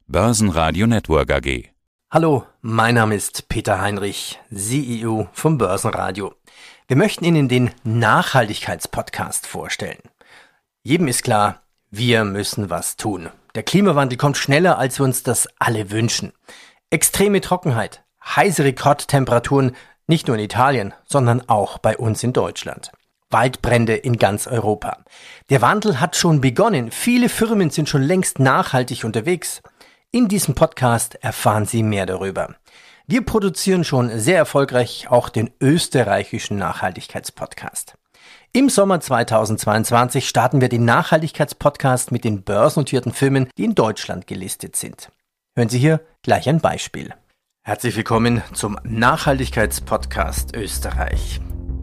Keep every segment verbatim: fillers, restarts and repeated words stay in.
Börsenradio Network A G. Hallo, mein Name ist Peter Heinrich, C E O vom Börsenradio. Wir möchten Ihnen den Nachhaltigkeitspodcast vorstellen. Jedem ist klar, wir müssen was tun. Der Klimawandel kommt schneller, als wir uns das alle wünschen. Extreme Trockenheit, heiße Rekordtemperaturen, nicht nur in Italien, sondern auch bei uns in Deutschland. Waldbrände in ganz Europa. Der Wandel hat schon begonnen. Viele Firmen sind schon längst nachhaltig unterwegs. In diesem Podcast erfahren Sie mehr darüber. Wir produzieren schon sehr erfolgreich auch den österreichischen Nachhaltigkeitspodcast. Im Sommer zweitausendzweiundzwanzig starten wir den Nachhaltigkeitspodcast mit den börsennotierten Firmen, die in Deutschland gelistet sind. Hören Sie hier gleich ein Beispiel. Herzlich willkommen zum Nachhaltigkeitspodcast Österreich.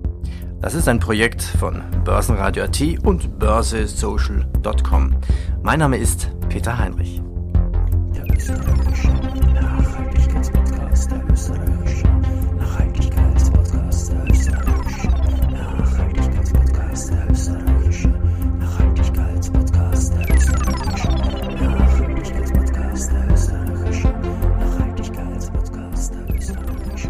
Das ist ein Projekt von Börsenradio Punkt at und börse social punkt com. Mein Name ist Peter Heinrich. Der österreichische Nachhaltigkeitspodcast, der österreichische Nachhaltigkeitspodcast, der österreichische Nachhaltigkeitspodcast, der österreichische Nachhaltigkeitspodcast, der österreichische Nachhaltigkeitspodcast, der österreichische Nachhaltigkeitspodcast, der österreichische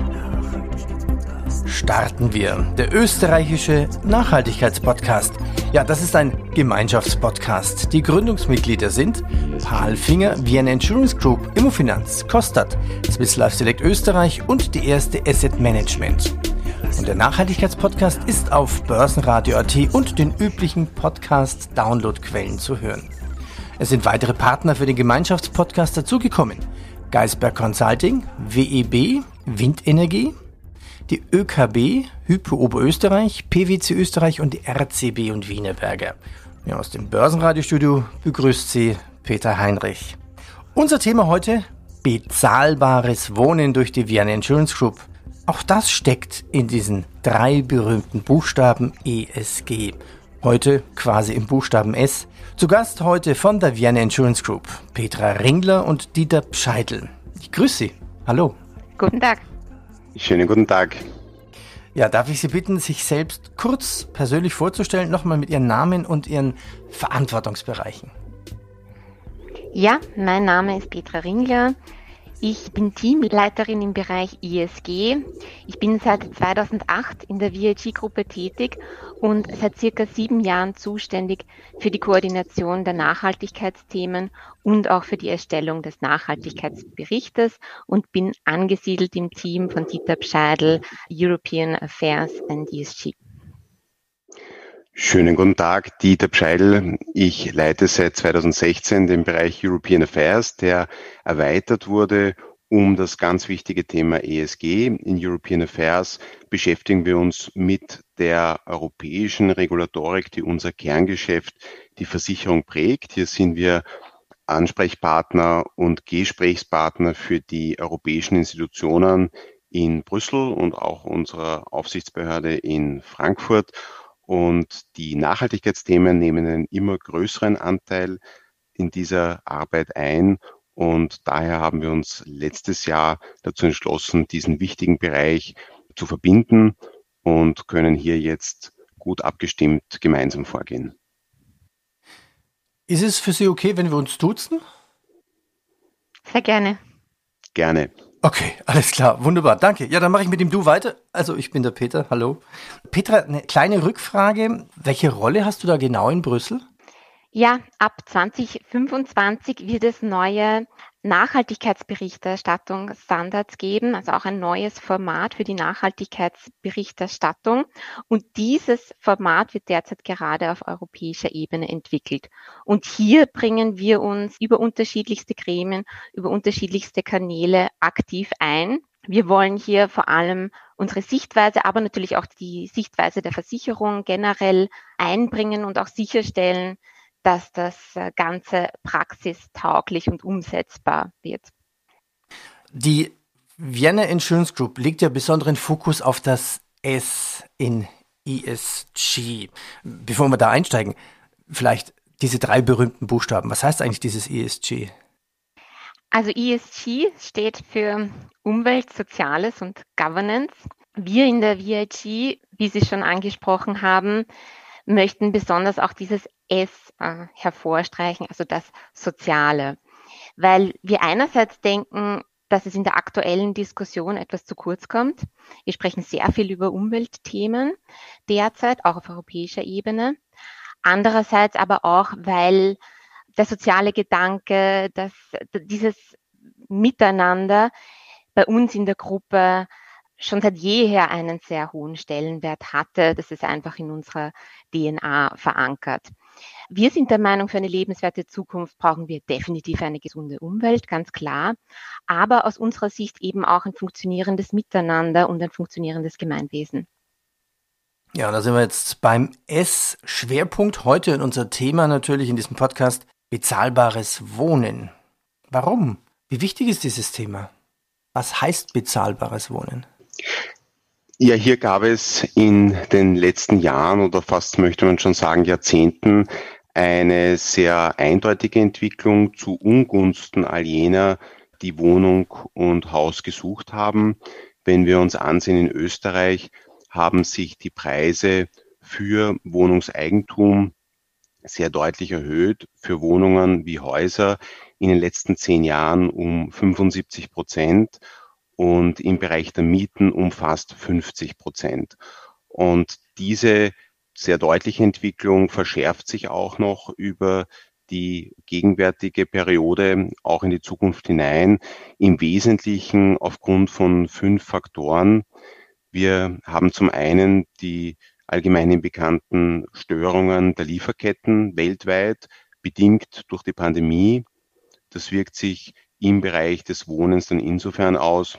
Nachhaltigkeitspodcast. Starten wir. Der österreichische Nachhaltigkeitspodcast. Ja, das ist ein Gemeinschaftspodcast. Die Gründungsmitglieder sind Palfinger, Vienna Insurance Group, Immofinanz, Kostat, Swiss Life Select Österreich und die erste Asset Management. Und der Nachhaltigkeitspodcast ist auf Börsenradio Punkt at und den üblichen Podcast-Download-Quellen zu hören. Es sind weitere Partner für den Gemeinschaftspodcast dazugekommen. Geisberg Consulting, W E B, Windenergie, die ÖKB, Hypo Oberösterreich, P W C Österreich und die R C B und Wienerberger. Ja, aus dem Börsenradiostudio begrüßt Sie Peter Heinrich. Unser Thema heute: bezahlbares Wohnen durch die Vienna Insurance Group. Auch das steckt in diesen drei berühmten Buchstaben E S G. Heute quasi im Buchstaben S. Zu Gast heute von der Vienna Insurance Group Petra Ringler und Dieter Pscheidl. Ich grüße Sie. Hallo. Guten Tag. Schönen guten Tag. Ja, darf ich Sie bitten, sich selbst kurz persönlich vorzustellen, nochmal mit Ihren Namen und Ihren Verantwortungsbereichen? Ja, mein Name ist Petra Ringler. Ich bin Teamleiterin im Bereich E S G. Ich bin seit zweitausendacht in der V I G-Gruppe tätig und seit circa sieben Jahren zuständig für die Koordination der Nachhaltigkeitsthemen und auch für die Erstellung des Nachhaltigkeitsberichtes und bin angesiedelt im Team von Dieter Pscheidl, European Affairs and E S G. Schönen guten Tag, Dieter Pscheidl. Ich leite seit zweitausendsechzehn den Bereich European Affairs, der erweitert wurde um das ganz wichtige Thema E S G. In European Affairs beschäftigen wir uns mit der europäischen Regulatorik, die unser Kerngeschäft, die Versicherung prägt. Hier sind wir Ansprechpartner und Gesprächspartner für die europäischen Institutionen in Brüssel und auch unserer Aufsichtsbehörde in Frankfurt. Und die Nachhaltigkeitsthemen nehmen einen immer größeren Anteil in dieser Arbeit ein. Und daher haben wir uns letztes Jahr dazu entschlossen, diesen wichtigen Bereich zu verbinden und können hier jetzt gut abgestimmt gemeinsam vorgehen. Ist es für Sie okay, wenn wir uns duzen? Sehr gerne. Gerne. Okay, alles klar, wunderbar, danke. Ja, dann mache ich mit dem Du weiter. Also ich bin der Peter, hallo. Petra, eine kleine Rückfrage. Welche Rolle hast du da genau in Brüssel? Ja, ab zwanzig fünfundzwanzig wird es neue Nachhaltigkeitsberichterstattungsstandards geben, also auch ein neues Format für die Nachhaltigkeitsberichterstattung. Und dieses Format wird derzeit gerade auf europäischer Ebene entwickelt. Und hier bringen wir uns über unterschiedlichste Gremien, über unterschiedlichste Kanäle aktiv ein. Wir wollen hier vor allem unsere Sichtweise, aber natürlich auch die Sichtweise der Versicherung generell einbringen und auch sicherstellen, dass das Ganze praxistauglich und umsetzbar wird. Die Vienna Insurance Group legt ja besonderen Fokus auf das S in E S G. Bevor wir da einsteigen, vielleicht diese drei berühmten Buchstaben. Was heißt eigentlich dieses E S G? Also E S G steht für Umwelt, Soziales und Governance. Wir in der V I G, wie Sie schon angesprochen haben, möchten besonders auch dieses S äh, hervorstreichen, also das Soziale. weil wir einerseits denken, dass es in der aktuellen Diskussion etwas zu kurz kommt. Wir sprechen sehr viel über Umweltthemen derzeit, auch auf europäischer Ebene. Andererseits aber auch, weil der soziale Gedanke, dass dieses Miteinander bei uns in der Gruppe schon seit jeher einen sehr hohen Stellenwert hatte. Das ist einfach in unserer D N A verankert. Wir sind der Meinung, für eine lebenswerte Zukunft brauchen wir definitiv eine gesunde Umwelt, ganz klar, aber aus unserer Sicht eben auch ein funktionierendes Miteinander und ein funktionierendes Gemeinwesen. Ja, da sind wir jetzt beim S-Schwerpunkt heute in unser Thema natürlich in diesem Podcast: bezahlbares Wohnen. Warum? Wie wichtig ist dieses Thema? Was heißt bezahlbares Wohnen? Ja, hier gab es in den letzten Jahren oder fast möchte man schon sagen Jahrzehnten eine sehr eindeutige Entwicklung zu Ungunsten all jener, die Wohnung und Haus gesucht haben. Wenn wir uns ansehen, in Österreich haben sich die Preise für Wohnungseigentum sehr deutlich erhöht, für Wohnungen wie Häuser in den letzten zehn Jahren um fünfundsiebzig Prozent und im Bereich der Mieten um fast fünfzig Prozent. Und diese sehr deutliche Entwicklung verschärft sich auch noch über die gegenwärtige Periode, auch in die Zukunft hinein, im Wesentlichen aufgrund von fünf Faktoren. Wir haben zum einen die allgemeinen bekannten Störungen der Lieferketten weltweit, bedingt durch die Pandemie. Das wirkt sich im Bereich des Wohnens dann insofern aus,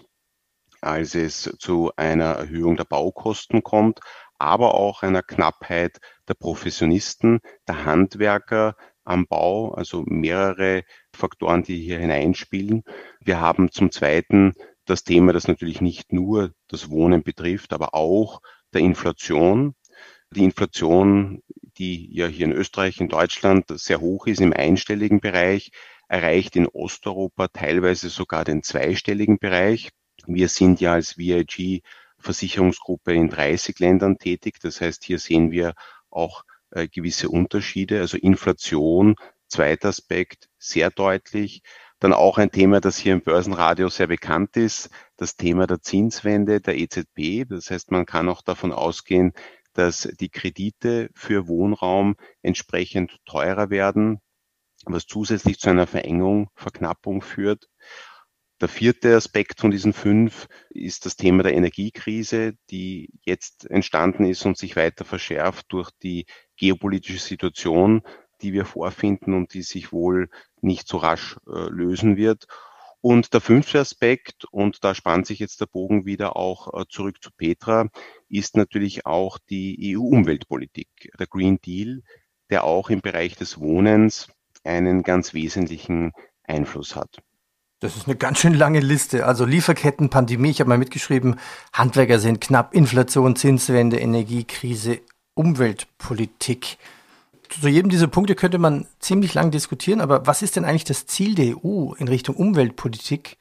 als es zu einer Erhöhung der Baukosten kommt, aber auch einer Knappheit der Professionisten, der Handwerker am Bau, also mehrere Faktoren, die hier hineinspielen. Wir haben zum Zweiten das Thema, das natürlich nicht nur das Wohnen betrifft, aber auch der Inflation. Die Inflation, die ja hier in Österreich, in Deutschland sehr hoch ist, im einstelligen Bereich, erreicht in Osteuropa teilweise sogar den zweistelligen Bereich. Wir sind ja als V I G-Versicherungsgruppe in dreißig Ländern tätig. Das heißt, hier sehen wir auch äh, gewisse Unterschiede. Also Inflation, zweiter Aspekt, sehr deutlich. Dann auch ein Thema, das hier im Börsenradio sehr bekannt ist, das Thema der Zinswende der E Z B. Das heißt, man kann auch davon ausgehen, dass die Kredite für Wohnraum entsprechend teurer werden, was zusätzlich zu einer Verengung, Verknappung führt. Der vierte Aspekt von diesen fünf ist das Thema der Energiekrise, die jetzt entstanden ist und sich weiter verschärft durch die geopolitische Situation, die wir vorfinden und die sich wohl nicht so rasch äh, lösen wird. Und der fünfte Aspekt, und da spannt sich jetzt der Bogen wieder auch äh, zurück zu Petra, ist natürlich auch die E U-Umweltpolitik, der Green Deal, der auch im Bereich des Wohnens einen ganz wesentlichen Einfluss hat. Das ist eine ganz schön lange Liste. Also Lieferketten, Pandemie, ich habe mal mitgeschrieben, Handwerker sind knapp, Inflation, Zinswende, Energiekrise, Umweltpolitik. Zu jedem dieser Punkte könnte man ziemlich lang diskutieren, aber was ist denn eigentlich das Ziel der E U in Richtung Umweltpolitik?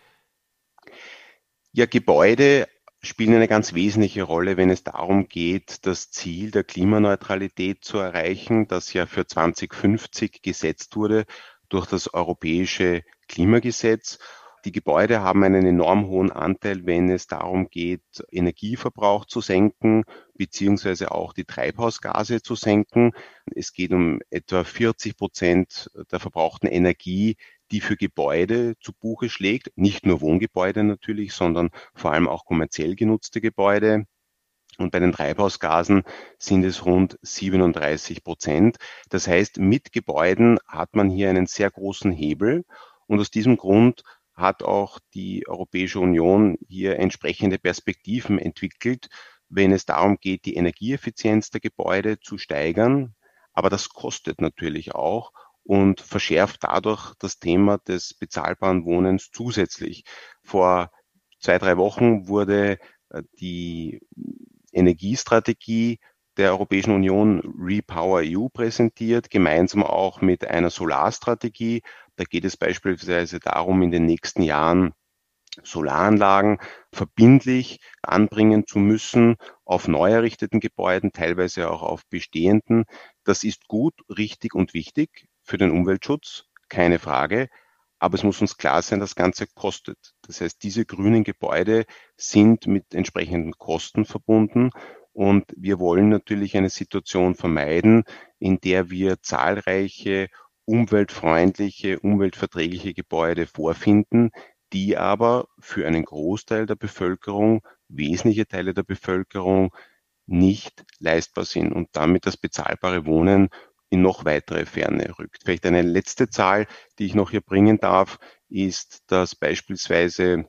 Ja, Gebäude spielen eine ganz wesentliche Rolle, wenn es darum geht, das Ziel der Klimaneutralität zu erreichen, das ja für zwanzig fünfzig gesetzt wurde durch das Europäische Klimagesetz. Die Gebäude haben einen enorm hohen Anteil, wenn es darum geht, Energieverbrauch zu senken, beziehungsweise auch die Treibhausgase zu senken. Es geht um etwa vierzig Prozent der verbrauchten Energie, die für Gebäude zu Buche schlägt. Nicht nur Wohngebäude natürlich, sondern vor allem auch kommerziell genutzte Gebäude. Und bei den Treibhausgasen sind es rund siebenunddreißig Prozent. Das heißt, mit Gebäuden hat man hier einen sehr großen Hebel. Und aus diesem Grund hat auch die Europäische Union hier entsprechende Perspektiven entwickelt, wenn es darum geht, die Energieeffizienz der Gebäude zu steigern. Aber das kostet natürlich auch und verschärft dadurch das Thema des bezahlbaren Wohnens zusätzlich. Vor zwei, drei Wochen wurde die Energiestrategie der Europäischen Union Repower E U präsentiert, gemeinsam auch mit einer Solarstrategie. Da geht es beispielsweise darum, in den nächsten Jahren Solaranlagen verbindlich anbringen zu müssen auf neu errichteten Gebäuden, teilweise auch auf bestehenden. Das ist gut, richtig und wichtig für den Umweltschutz, keine Frage. Aber es muss uns klar sein, das Ganze kostet. Das heißt, diese grünen Gebäude sind mit entsprechenden Kosten verbunden. Und wir wollen natürlich eine Situation vermeiden, in der wir zahlreiche umweltfreundliche, umweltverträgliche Gebäude vorfinden, die aber für einen Großteil der Bevölkerung, wesentliche Teile der Bevölkerung, nicht leistbar sind und damit das bezahlbare Wohnen in noch weitere Ferne rückt. Vielleicht eine letzte Zahl, die ich noch hier bringen darf, ist, dass beispielsweise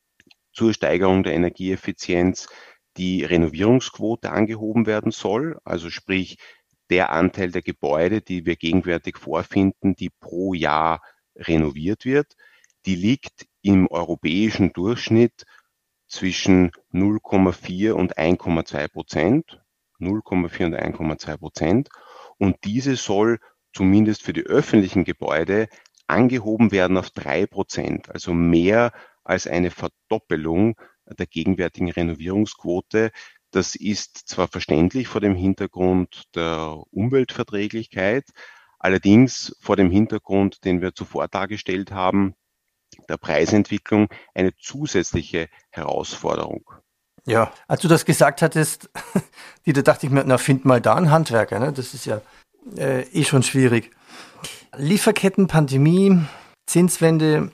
zur Steigerung der Energieeffizienz die Renovierungsquote angehoben werden soll, also sprich der Anteil der Gebäude, die wir gegenwärtig vorfinden, die pro Jahr renoviert wird, die liegt im europäischen Durchschnitt zwischen null Komma vier und eins Komma zwei Prozent, null Komma vier und eins Komma zwei Prozent. Und diese soll zumindest für die öffentlichen Gebäude angehoben werden auf drei Prozent, also mehr als eine Verdoppelung der gegenwärtigen Renovierungsquote. Das ist zwar verständlich vor dem Hintergrund der Umweltverträglichkeit, allerdings vor dem Hintergrund, den wir zuvor dargestellt haben, der Preisentwicklung eine zusätzliche Herausforderung. Ja, als du das gesagt hattest, die, da dachte ich mir, na, find mal da einen Handwerker, ne? Das ist ja äh, eh schon schwierig. Lieferketten, Pandemie, Zinswende,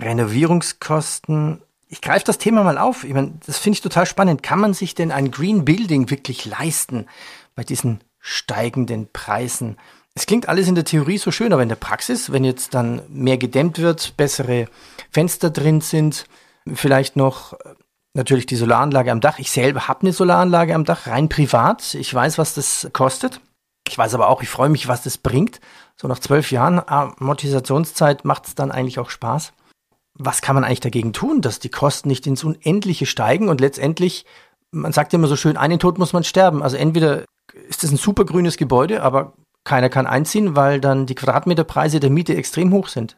Renovierungskosten. Ich greife das Thema mal auf. Ich meine, das finde ich total spannend. Kann man sich denn ein Green Building wirklich leisten bei diesen steigenden Preisen? Es klingt alles in der Theorie so schön, aber in der Praxis, wenn jetzt dann mehr gedämmt wird, bessere Fenster drin sind, vielleicht noch natürlich die Solaranlage am Dach. Ich selber habe eine Solaranlage am Dach, rein privat. Ich weiß, was das kostet. Ich weiß aber auch, ich freue mich, was das bringt. So nach zwölf Jahren Amortisationszeit macht es dann eigentlich auch Spaß. Was kann man eigentlich dagegen tun, dass die Kosten nicht ins Unendliche steigen und letztendlich, man sagt ja immer so schön, einen Tod muss man sterben. Also entweder ist es ein super grünes Gebäude, aber keiner kann einziehen, weil dann die Quadratmeterpreise der Miete extrem hoch sind.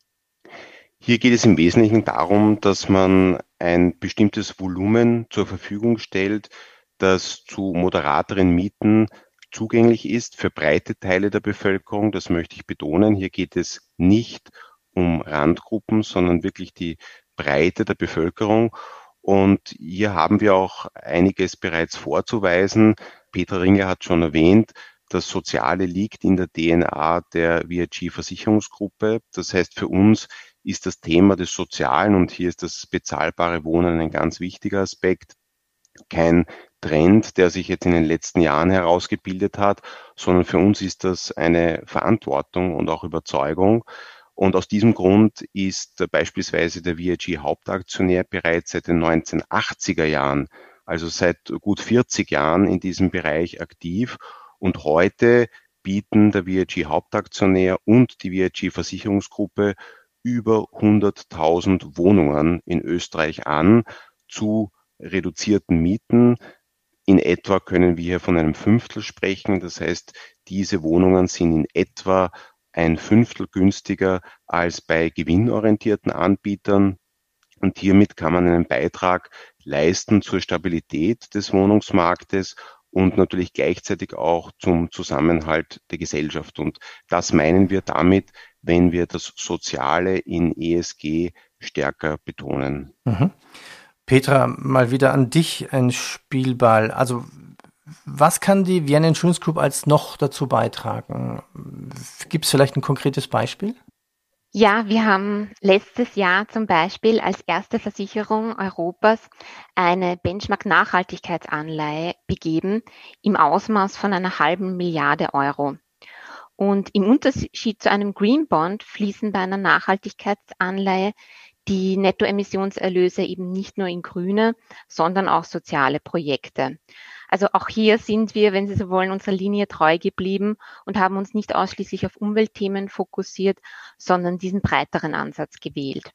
Hier geht es im Wesentlichen darum, dass man ein bestimmtes Volumen zur Verfügung stellt, das zu moderateren Mieten zugänglich ist für breite Teile der Bevölkerung. Das möchte ich betonen. Hier geht es nicht um Randgruppen, sondern wirklich die Breite der Bevölkerung. Und hier haben wir auch einiges bereits vorzuweisen. Petra Ringler hat schon erwähnt, das Soziale liegt in der D N A der V I G-Versicherungsgruppe. Das heißt, für uns ist das Thema des Sozialen, und hier ist das bezahlbare Wohnen ein ganz wichtiger Aspekt, kein Trend, der sich jetzt in den letzten Jahren herausgebildet hat, sondern für uns ist das eine Verantwortung und auch Überzeugung. Und aus diesem Grund ist beispielsweise der V I G-Hauptaktionär bereits seit den neunzehnhundertachtziger Jahren, also seit gut vierzig Jahren in diesem Bereich aktiv. Und heute bieten der V I G-Hauptaktionär und die V I G-Versicherungsgruppe über hunderttausend Wohnungen in Österreich an zu reduzierten Mieten. In etwa können wir hier von einem Fünftel sprechen. Das heißt, diese Wohnungen sind in etwa ein Fünftel günstiger als bei gewinnorientierten Anbietern. Und hiermit kann man einen Beitrag leisten zur Stabilität des Wohnungsmarktes und natürlich gleichzeitig auch zum Zusammenhalt der Gesellschaft. Und das meinen wir damit, wenn wir das Soziale in E S G stärker betonen. Mhm. Petra, mal wieder an dich ein Spielball. Also was kann die Vienna Insurance Group als noch dazu beitragen? Gibt es vielleicht ein konkretes Beispiel? Ja, wir haben letztes Jahr zum Beispiel als erste Versicherung Europas eine Benchmark-Nachhaltigkeitsanleihe begeben im Ausmaß von einer halben Milliarde Euro. Und im Unterschied zu einem Green Bond fließen bei einer Nachhaltigkeitsanleihe die Nettoemissionserlöse eben nicht nur in grüne, sondern auch soziale Projekte. Also auch hier sind wir, wenn Sie so wollen, unserer Linie treu geblieben und haben uns nicht ausschließlich auf Umweltthemen fokussiert, sondern diesen breiteren Ansatz gewählt.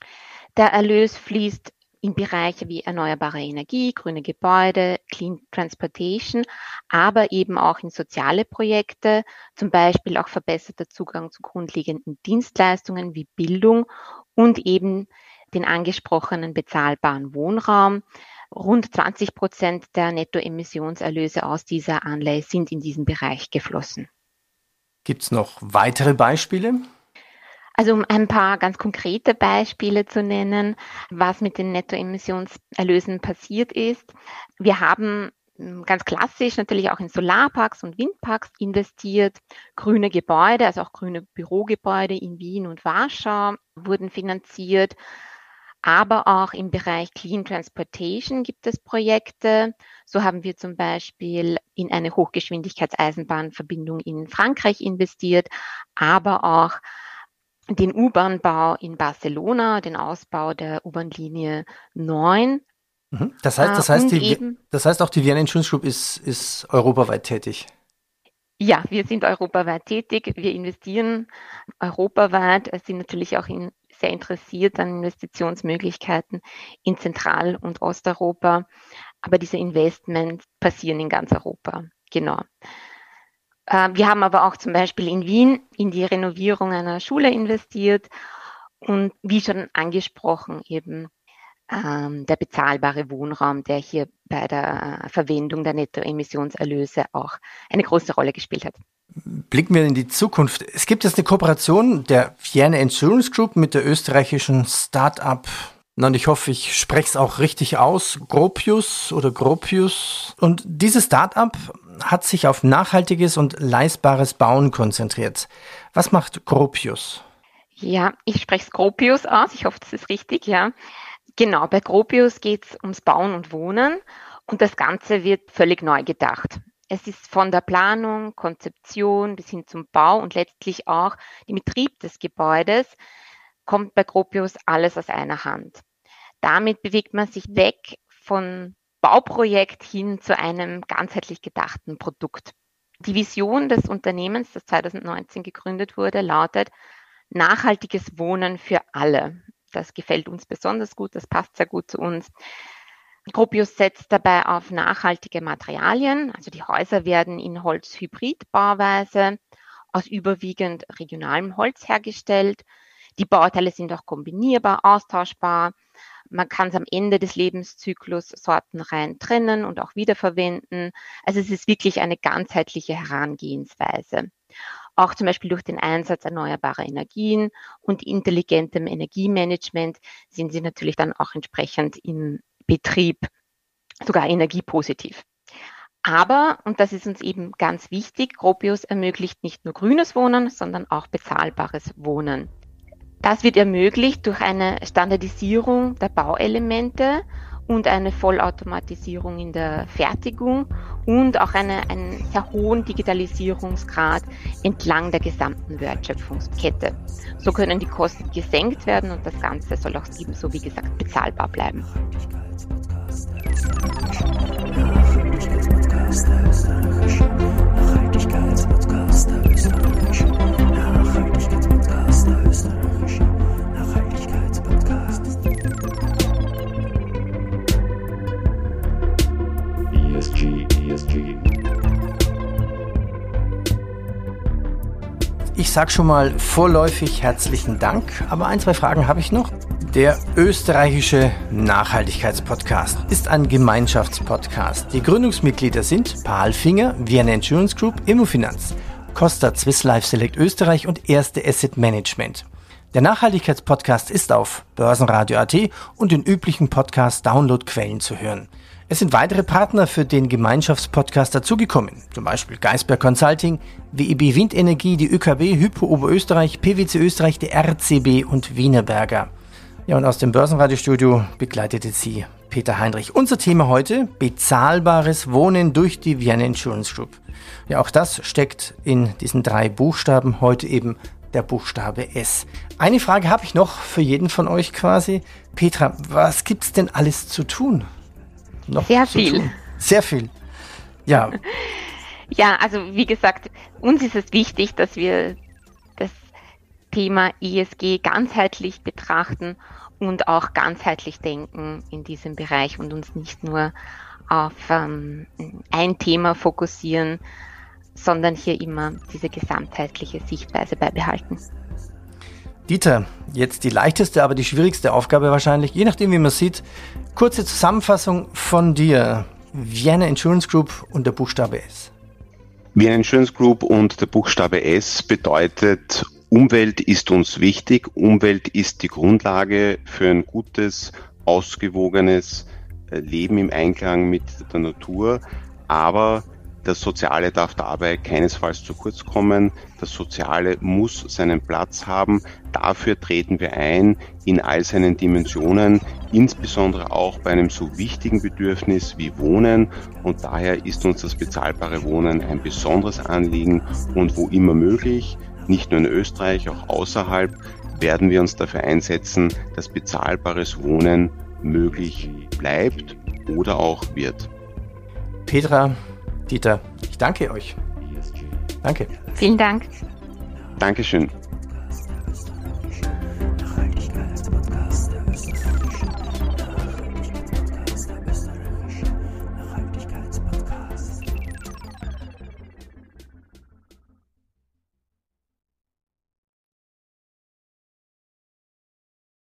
Der Erlös fließt in Bereiche wie erneuerbare Energie, grüne Gebäude, Clean Transportation, aber eben auch in soziale Projekte, zum Beispiel auch verbesserter Zugang zu grundlegenden Dienstleistungen wie Bildung und eben den angesprochenen bezahlbaren Wohnraum. Rund zwanzig Prozent der Nettoemissionserlöse aus dieser Anleihe sind in diesen Bereich geflossen. Gibt es noch weitere Beispiele? Also um ein paar ganz konkrete Beispiele zu nennen, was mit den Nettoemissionserlösen passiert ist. Wir haben ganz klassisch natürlich auch in Solarparks und Windparks investiert. Grüne Gebäude, also auch grüne Bürogebäude in Wien und Warschau wurden finanziert. Aber auch im Bereich Clean Transportation gibt es Projekte. So haben wir zum Beispiel in eine Hochgeschwindigkeitseisenbahnverbindung in Frankreich investiert, aber auch den U-Bahn-Bau in Barcelona, den Ausbau der U-Bahn-Linie neun. Das heißt, das heißt, Und die, eben- das heißt auch die Vienna Insurance Group ist, ist europaweit tätig. Ja, wir sind europaweit tätig. Wir investieren europaweit, sind natürlich auch in, sehr interessiert an Investitionsmöglichkeiten in Zentral- und Osteuropa. Aber diese Investments passieren in ganz Europa. Genau. Äh, wir haben aber auch zum Beispiel in Wien in die Renovierung einer Schule investiert und wie schon angesprochen eben ähm, der bezahlbare Wohnraum, der hier bei der Verwendung der Nettoemissionserlöse auch eine große Rolle gespielt hat. Blicken wir in die Zukunft. Es gibt jetzt eine Kooperation der Vienna Insurance Group mit der österreichischen Start-up, und ich hoffe, ich spreche es auch richtig aus, Gropius oder Gropius. Und dieses Start-up hat sich auf nachhaltiges und leistbares Bauen konzentriert. Was macht Gropius? Ja, ich spreche es Gropius aus. Ich hoffe, das ist richtig, ja. Genau, bei Gropius geht es ums Bauen und Wohnen und das Ganze wird völlig neu gedacht. Es ist von der Planung, Konzeption bis hin zum Bau und letztlich auch den Betrieb des Gebäudes kommt bei Gropius alles aus einer Hand. Damit bewegt man sich weg von Bauprojekt hin zu einem ganzheitlich gedachten Produkt. Die Vision des Unternehmens, das zwanzig neunzehn gegründet wurde, lautet nachhaltiges Wohnen für alle. Das gefällt uns besonders gut, das passt sehr gut zu uns. Gropius setzt dabei auf nachhaltige Materialien, also die Häuser werden in Holz-Hybrid-Bauweise aus überwiegend regionalem Holz hergestellt. Die Bauteile sind auch kombinierbar, austauschbar. Man kann es am Ende des Lebenszyklus sortenrein trennen und auch wiederverwenden. Also es ist wirklich eine ganzheitliche Herangehensweise. Auch zum Beispiel durch den Einsatz erneuerbarer Energien und intelligentem Energiemanagement sind sie natürlich dann auch entsprechend im Betrieb sogar energiepositiv. Aber, und das ist uns eben ganz wichtig, Gropius ermöglicht nicht nur grünes Wohnen, sondern auch bezahlbares Wohnen. Das wird ermöglicht durch eine Standardisierung der Bauelemente und eine Vollautomatisierung in der Fertigung und auch eine, einen sehr hohen Digitalisierungsgrad entlang der gesamten Wertschöpfungskette. So können die Kosten gesenkt werden und das Ganze soll auch ebenso, wie gesagt, bezahlbar bleiben. Nachhaltigkeitspodcast der Österreichischen. Nachhaltigkeitspodcast der Österreichischen. Nachhaltigkeitspodcast der Österreichischen. Nachhaltigkeitspodcast. E S G, E S G. Ich sag schon mal vorläufig herzlichen Dank, aber ein, zwei Fragen habe ich noch. Der österreichische Nachhaltigkeitspodcast ist ein Gemeinschaftspodcast. Die Gründungsmitglieder sind Paul Finger, Vienna Insurance Group, Immofinanz, Costa Swiss Life Select Österreich und Erste Asset Management. Der Nachhaltigkeitspodcast ist auf Börsenradio Punkt at und in üblichen Podcast-Download-Quellen zu hören. Es sind weitere Partner für den Gemeinschaftspodcast dazugekommen, zum Beispiel Geisberg Consulting, W E B Windenergie, die Ö K B, Hypo Oberösterreich, P W C Österreich, der R C B und Wienerberger. Ja, und aus dem Börsenradiostudio begleitete sie Peter Heinrich. Unser Thema heute, bezahlbares Wohnen durch die Vienna Insurance Group. Ja, auch das steckt in diesen drei Buchstaben, heute eben der Buchstabe S. Eine Frage habe ich noch für jeden von euch quasi. Petra, was gibt's denn alles zu tun? Noch Sehr zu viel. Tun? Sehr viel. Ja. Ja, also wie gesagt, uns ist es wichtig, dass wir das Thema E S G ganzheitlich betrachten und auch ganzheitlich denken in diesem Bereich und uns nicht nur auf ähm, ein Thema fokussieren, sondern hier immer diese gesamtheitliche Sichtweise beibehalten. Dieter, jetzt die leichteste, aber die schwierigste Aufgabe wahrscheinlich, je nachdem wie man sieht. Kurze Zusammenfassung von dir. Vienna Insurance Group und der Buchstabe S. Vienna Insurance Group und der Buchstabe S bedeutet Umwelt ist uns wichtig. Umwelt ist die Grundlage für ein gutes, ausgewogenes Leben im Einklang mit der Natur. Aber das Soziale darf dabei keinesfalls zu kurz kommen. Das Soziale muss seinen Platz haben. Dafür treten wir ein in all seinen Dimensionen, insbesondere auch bei einem so wichtigen Bedürfnis wie Wohnen. Und daher ist uns das bezahlbare Wohnen ein besonderes Anliegen. Und wo immer möglich, nicht nur in Österreich, auch außerhalb, werden wir uns dafür einsetzen, dass bezahlbares Wohnen möglich bleibt oder auch wird. Petra, Dieter, ich danke euch. Danke. Vielen Dank. Dankeschön.